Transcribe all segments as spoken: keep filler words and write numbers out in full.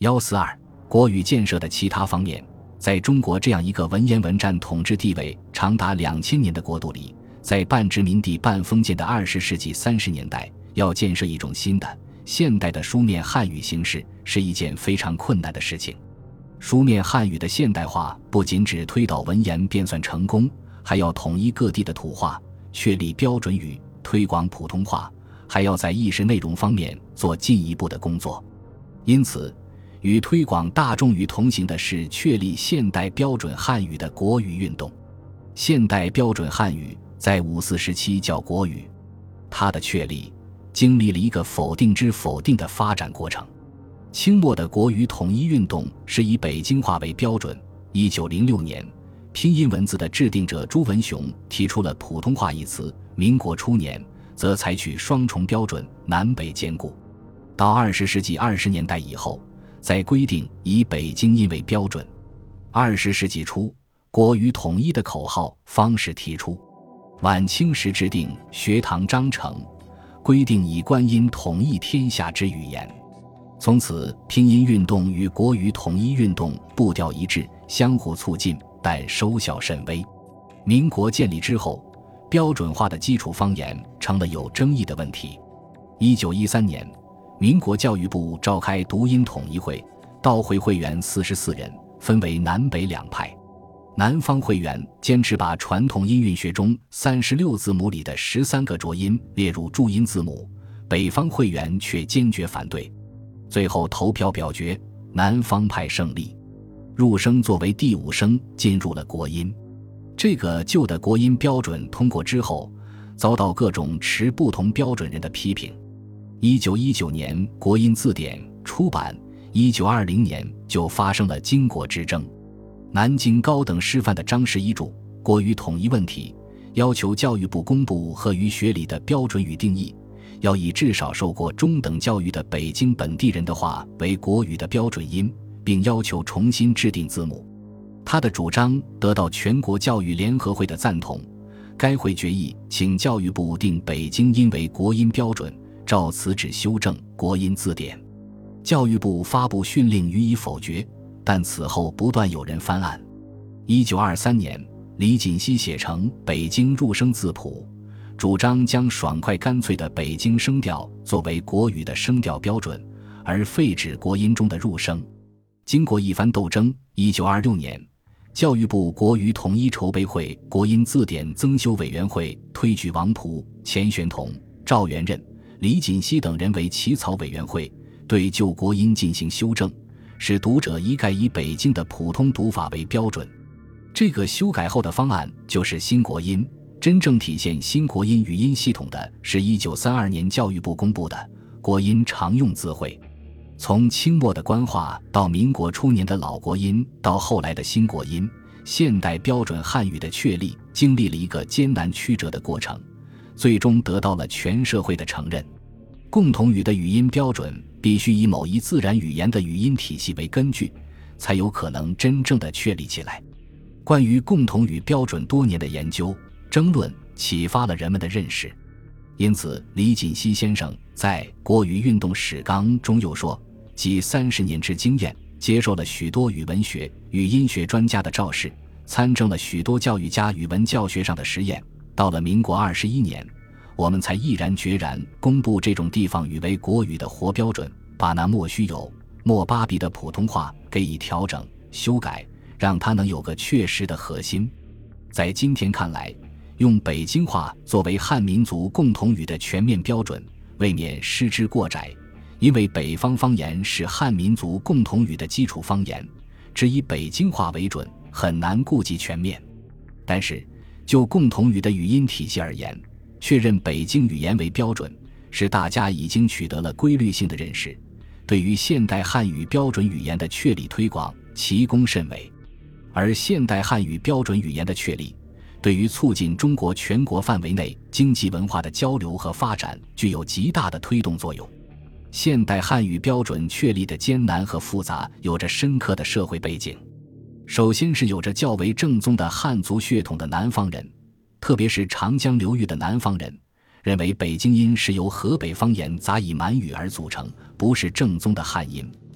一四二国语建设的其他方面。在中国这样一个文言文占统治地位长达两千年的国度里，在半殖民地半封建的二十世纪三十年代，要建设一种新的现代的书面汉语形式是一件非常困难的事情。书面汉语的现代化不仅只推导文言便算成功，还要统一各地的土话，确立标准语，推广普通话，还要在意识内容方面做进一步的工作。因此与推广大众语同行的是确立现代标准汉语的国语运动。现代标准汉语在五四时期叫国语，它的确立经历了一个否定之否定的发展过程。清末的国语统一运动是以北京话为标准。一九零六年，拼音文字的制定者朱文雄提出了普通话一词。民国初年则采取双重标准，南北兼顾。到二十世纪二十年代以后，在规定以北京音为标准。二十世纪初，国语统一的口号方式提出。晚清时制定学堂章程，规定以官音统一天下之语言。从此拼音运动与国语统一运动步调一致，相互促进，但收效甚微。民国建立之后，标准化的基础方言成了有争议的问题。一九一三年，民国教育部召开读音统一会，到会会员四十四人，分为南北两派。南方会员坚持把传统音韵学中三十六字母里的十三个浊音列入注音字母，北方会员却坚决反对。最后投票表决，南方派胜利，入声作为第五声进入了国音。这个旧的国音标准通过之后，遭到各种持不同标准人的批评。一九一九年国音字典出版，一九二零年就发生了经国之争。南京高等师范的张氏遗嘱国语统一问题，要求教育部公布和语学里的标准语定义，要以至少受过中等教育的北京本地人的话为国语的标准音，并要求重新制定字母。他的主张得到全国教育联合会的赞同，该会决议请教育部定北京音为国音标准，照此旨修正国音字典。教育部发布训令予以否决，但此后不断有人翻案。一九二三年，李锦熙写成《北京入声字谱》，主张将爽快干脆的北京声调作为国语的声调标准，而废止国音中的入声。经过一番斗争，一九二六年，教育部国语统一筹备会国音字典增修委员会推举王璞、钱玄同、赵元任、李锦熙等人为起草委员会，对旧国音进行修正，使读者一概以北京的普通读法为标准。这个修改后的方案就是新国音。真正体现新国音语音系统的是一九三二年教育部公布的《国音常用字汇》。从清末的官话到民国初年的老国音，到后来的新国音，现代标准汉语的确立经历了一个艰难曲折的过程，最终得到了全社会的承认。共同语的语音标准必须以某一自然语言的语音体系为根据，才有可能真正的确立起来。关于共同语标准多年的研究争论启发了人们的认识，因此李锦熙先生在《国语运动史纲》中又说，集三十年之经验，接受了许多语文学、语音学专家的照示，参政了许多教育家语文教学上的实验，到了民国二十一年，我们才毅然决然公布这种地方语为国语的活标准，把那莫须有、莫巴比的普通话给以调整、修改，让它能有个确实的核心。在今天看来，用北京话作为汉民族共同语的全面标准，未免失之过窄，因为北方方言是汉民族共同语的基础方言，只以北京话为准，很难顾及全面。但是就共同语的语音体系而言，确认北京语言为标准，是大家已经取得了规律性的认识，对于现代汉语标准语言的确立推广，其功甚伟。而现代汉语标准语言的确立，对于促进中国全国范围内经济文化的交流和发展具有极大的推动作用。现代汉语标准确立的艰难和复杂，有着深刻的社会背景。首先是有着较为正宗的汉族血统的南方人，特别是长江流域的南方人，认为北京音是由河北方言杂以满语而组成，不是正宗的汉音。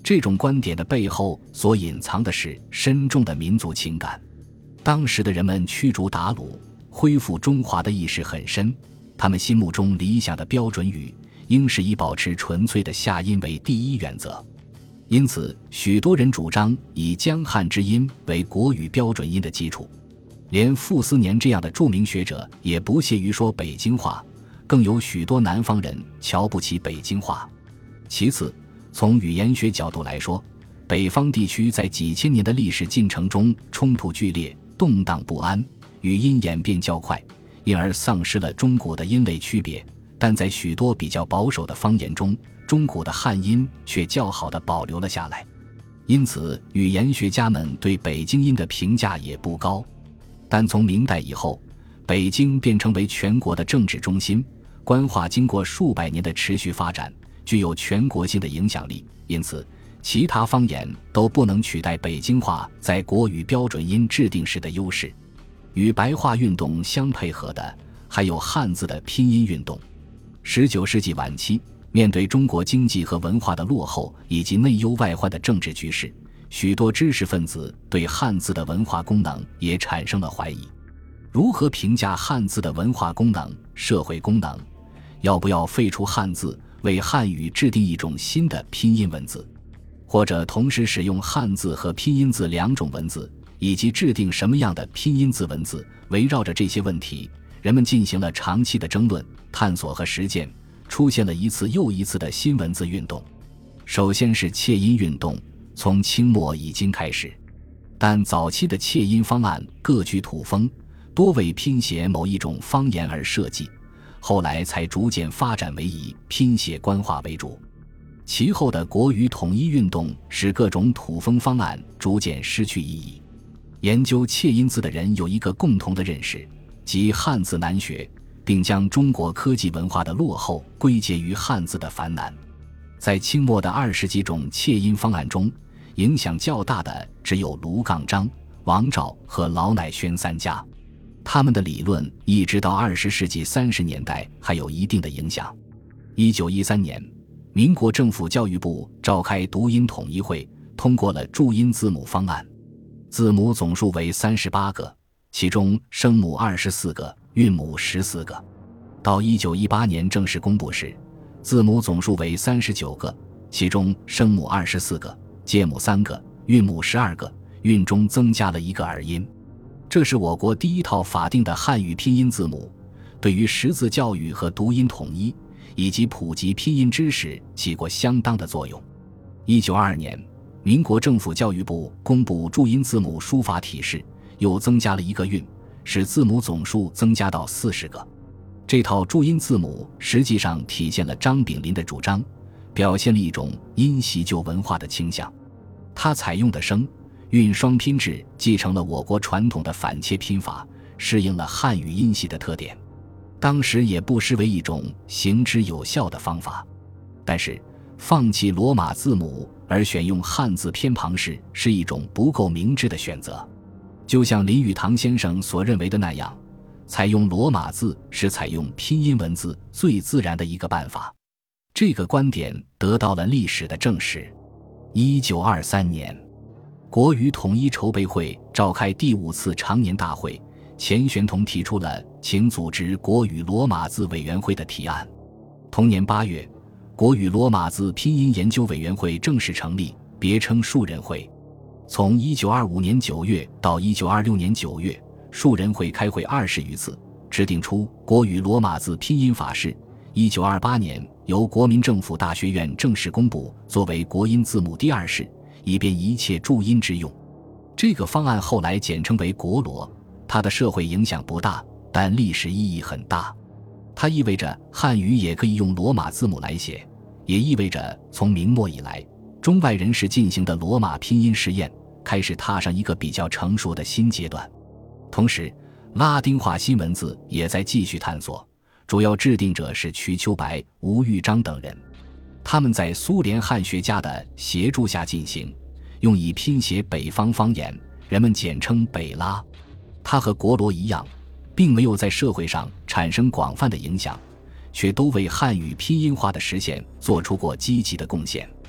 这种观点的背后所隐藏的是深重的民族情感。当时的人们驱逐鞑虏、恢复中华的意识很深，他们心目中理想的标准语应是以保持纯粹的夏音为第一原则。因此许多人主张以江汉之音为国语标准音的基础，连傅斯年这样的著名学者也不屑于说北京话，更有许多南方人瞧不起北京话。其次，从语言学角度来说，北方地区在几千年的历史进程中冲突剧烈，动荡不安，语音演变较快，因而丧失了中古的音类区别，但在许多比较保守的方言中，中古的汉音却较好地保留了下来。因此语言学家们对北京音的评价也不高。但从明代以后，北京便成为全国的政治中心，官话经过数百年的持续发展，具有全国性的影响力，因此其他方言都不能取代北京话在国语标准音制定时的优势。与白话运动相配合的还有汉字的拼音运动。十九世纪晚期，面对中国经济和文化的落后以及内忧外患的政治局势，许多知识分子对汉字的文化功能也产生了怀疑。如何评价汉字的文化功能、社会功能？要不要废除汉字，为汉语制定一种新的拼音文字？或者同时使用汉字和拼音字两种文字，以及制定什么样的拼音字文字？围绕着这些问题，人们进行了长期的争论、探索和实践，出现了一次又一次的新文字运动。首先是切音运动，从清末已经开始，但早期的切音方案各具土风，多为拼写某一种方言而设计，后来才逐渐发展为以拼写官话为主。其后的国语统一运动使各种土风方案逐渐失去意义。研究切音字的人有一个共同的认识，即汉字难学，并将中国科技文化的落后归结于汉字的繁难。在清末的二十几种切音方案中，影响较大的只有卢杠章、王照和老乃宣三家，他们的理论一直到二十世纪三十年代还有一定的影响。一九一三年，民国政府教育部召开读音统一会，通过了注音字母方案，字母总数为三十八个，其中声母二十四个，韵母十四个。到一九一八年正式公布时，字母总数为三十九个，其中声母二十四个，介母三个，韵母十二个，韵中增加了一个儿音。这是我国第一套法定的汉语拼音字母，对于识字教育和读音统一以及普及拼音知识起过相当的作用。一九二二年，民国政府教育部公布注音字母书法体式，又增加了一个韵，使字母总数增加到四十个。这套注音字母实际上体现了张炳麟的主张，表现了一种因袭旧文化的倾向。他采用的声韵双拼制继承了我国传统的反切拼法，适应了汉语音系的特点，当时也不失为一种行之有效的方法。但是放弃罗马字母而选用汉字偏旁式是一种不够明智的选择。就像林语堂先生所认为的那样，采用罗马字是采用拼音文字最自然的一个办法。这个观点得到了历史的证实。一九二三年，国语统一筹备会召开第五次常年大会，钱玄同提出了请组织国语罗马字委员会的提案。同年八月，国语罗马字拼音研究委员会正式成立，别称树人会。从一九二五年九月到一九二六年九月，树人会开会二十余次，制定出国语罗马字拼音法式。一九二八年，由国民政府大学院正式公布，作为国音字母第二式，以便一切注音之用。这个方案后来简称为国罗，它的社会影响不大，但历史意义很大。它意味着汉语也可以用罗马字母来写，也意味着从明末以来，中外人士进行的罗马拼音实验开始踏上一个比较成熟的新阶段。同时，拉丁化新文字也在继续探索，主要制定者是瞿秋白、吴玉章等人。他们在苏联汉学家的协助下进行，用以拼写北方方言，人们简称北拉。它和国罗一样，并没有在社会上产生广泛的影响，却都为汉语拼音化的实现做出过积极的贡献。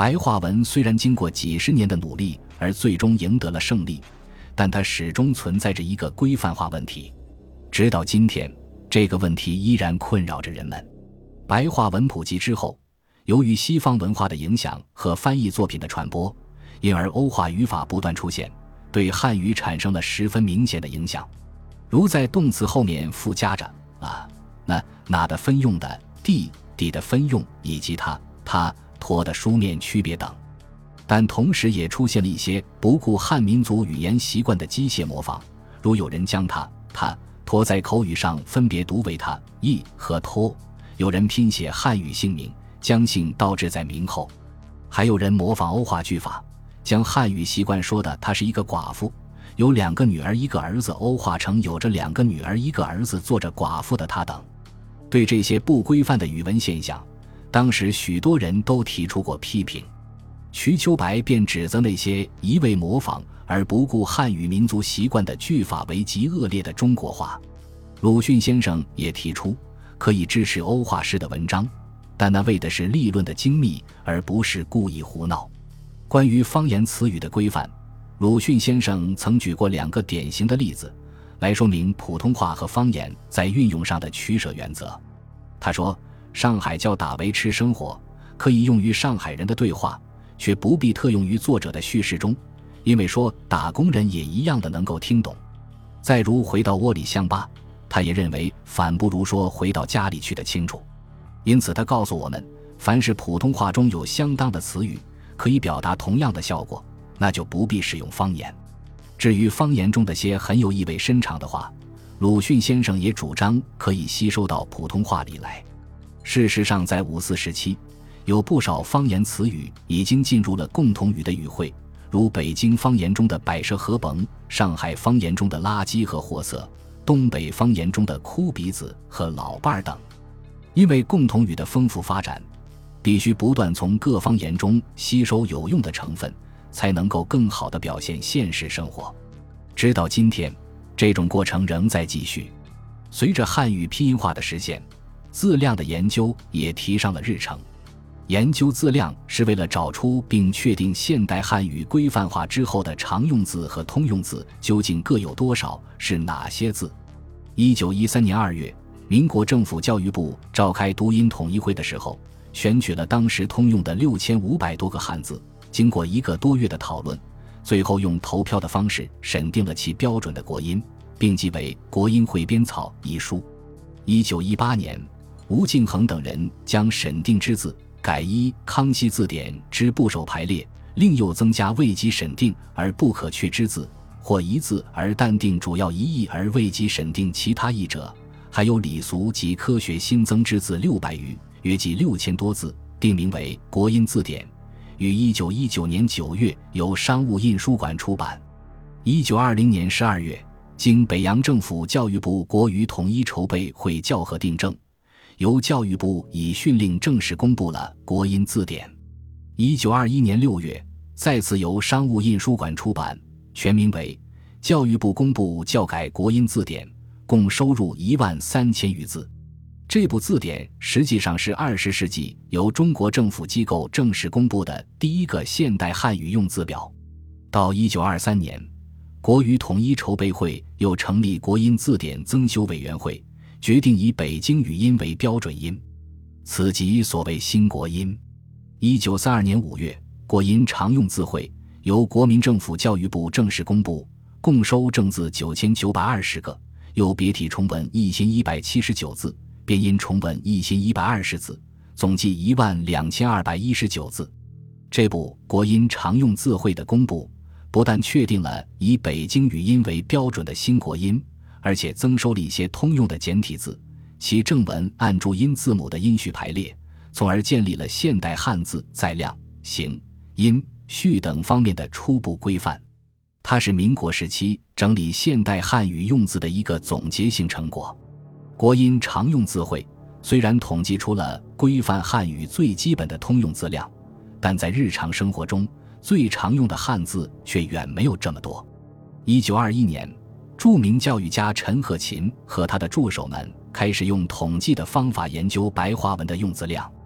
白话文虽然经过几十年的努力而最终赢得了胜利，但它始终存在着一个规范化问题。直到今天，这个问题依然困扰着人们。白话文普及之后，由于西方文化的影响和翻译作品的传播，因而欧化语法不断出现，对汉语产生了十分明显的影响。如在动词后面附加着啊、那、那的分用的地、地的分用，以及它、它、托的书面区别等。但同时也出现了一些不顾汉民族语言习惯的机械模仿，如有人将它、它、托在口语上分别读为它、意和托，有人拼写汉语姓名，将姓倒置在名后，还有人模仿欧化句法，将汉语习惯说的她是一个寡妇，有两个女儿一个儿子欧化成有着两个女儿一个儿子做着寡妇的她等。对这些不规范的语文现象，当时许多人都提出过批评。瞿秋白便指责那些一味模仿而不顾汉语民族习惯的句法为极恶劣的中国化。鲁迅先生也提出可以支持欧化式的文章，但那为的是立论的精密，而不是故意胡闹。关于方言词语的规范，鲁迅先生曾举过两个典型的例子来说明普通话和方言在运用上的取舍原则。他说，上海叫打维持生活，可以用于上海人的对话，却不必特用于作者的叙事中，因为说打工人也一样的能够听懂。再如回到窝里乡巴，他也认为反不如说回到家里去的清楚。因此他告诉我们，凡是普通话中有相当的词语可以表达同样的效果，那就不必使用方言。至于方言中的些很有意味深长的话，鲁迅先生也主张可以吸收到普通话里来。事实上在五四时期，有不少方言词语已经进入了共同语的语汇，如北京方言中的摆设和甭，上海方言中的垃圾和货色，东北方言中的哭鼻子和老伴儿等。因为共同语的丰富发展，必须不断从各方言中吸收有用的成分，才能够更好地表现现实生活。直到今天，这种过程仍在继续。随着汉语拼音化的实现，字量的研究也提上了日程。研究字量是为了找出并确定现代汉语规范化之后的常用字和通用字究竟各有多少，是哪些字。一九一三年二月，民国政府教育部召开读音统一会的时候，选取了当时通用的六千五百多个汉字，经过一个多月的讨论，最后用投票的方式审定了其标准的国音，并记为《国音汇编草》一书。一九一八年，吴敬恒等人将审定之字改依康熙字典之部首排列，另又增加未及审定而不可去之字，或一字而但定主要一义而未及审定其他义者，还有礼俗及科学新增之字六百余，约计六千多字，定名为《国音字典》，于一九一九年九月由商务印书馆出版。一九二零年十二月，经北洋政府教育部国语统一筹备会校核订正，由教育部以训令正式公布了《国音字典》。一九二一年六月，再次由商务印书馆出版，全名为《教育部公布校改国音字典》，共收入一万三千余字。这部字典实际上是二十世纪由中国政府机构正式公布的第一个现代汉语用字表。到一九二三年，国语统一筹备会又成立国音字典增修委员会，决定以北京语音为标准音，此即所谓新国音。一九三二年五月，国音常用字汇由国民政府教育部正式公布，共收正字九千九百二十个，又别体重文一千一百七十九字，变音重文一千一百二十字，总计一万两千二百一十九字。这部国音常用字汇的公布，不但确定了以北京语音为标准的新国音，而且增收了一些通用的简体字，其正文按注音字母的音序排列，从而建立了现代汉字在量、形、音、序等方面的初步规范。它是民国时期整理现代汉语用字的一个总结性成果。国音常用字汇虽然统计出了规范汉语最基本的通用字量，但在日常生活中最常用的汉字却远没有这么多。一九二一年，著名教育家陈鹤琴和他的助手们开始用统计的方法研究白话文的用字量。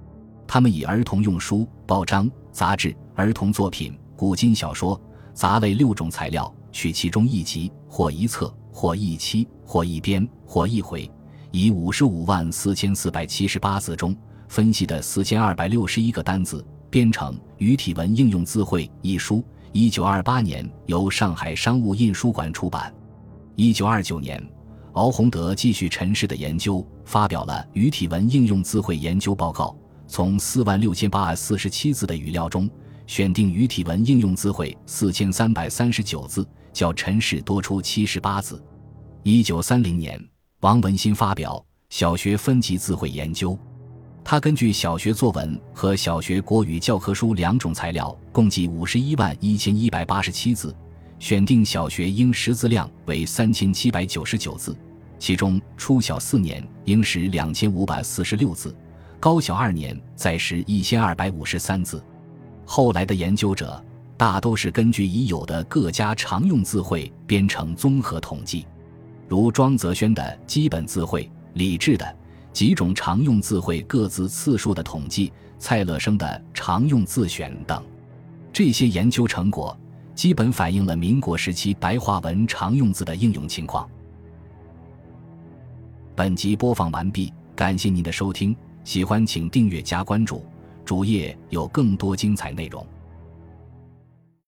他们以儿童用书、报章、杂志、儿童作品、古今小说、杂类六种材料，取其中一集或一册或一期或一编或一回，以五十五万四千四百七十八字中分析的四千二百六十一个单字，编成《语体文应用字汇》一书，一九二八年由上海商务印书馆出版。一九二九年，敖洪德继续陈氏的研究，发表了《语体文应用字汇研究报告》，从四万六千八百四十七字的语料中选定语体文应用字汇四千三百三十九字，较陈氏多出七十八字。一九三零年，王文新发表《小学分级字汇研究》，他根据小学作文和小学国语教科书两种材料，共计五十一万一千一百八十七字，选定小学应识字量为三千七百九十九字，其中初小四年应识两千五百四十六字，高小二年再识一千二百五十三字。后来的研究者大都是根据已有的各家常用字汇编成综合统计，如庄则轩的基本字汇、李志的几种常用字汇各自次数的统计、蔡乐生的常用字选等。这些研究成果基本反映了民国时期白话文常用字的应用情况。本集播放完毕，感谢您的收听，喜欢请订阅加关注，主页有更多精彩内容。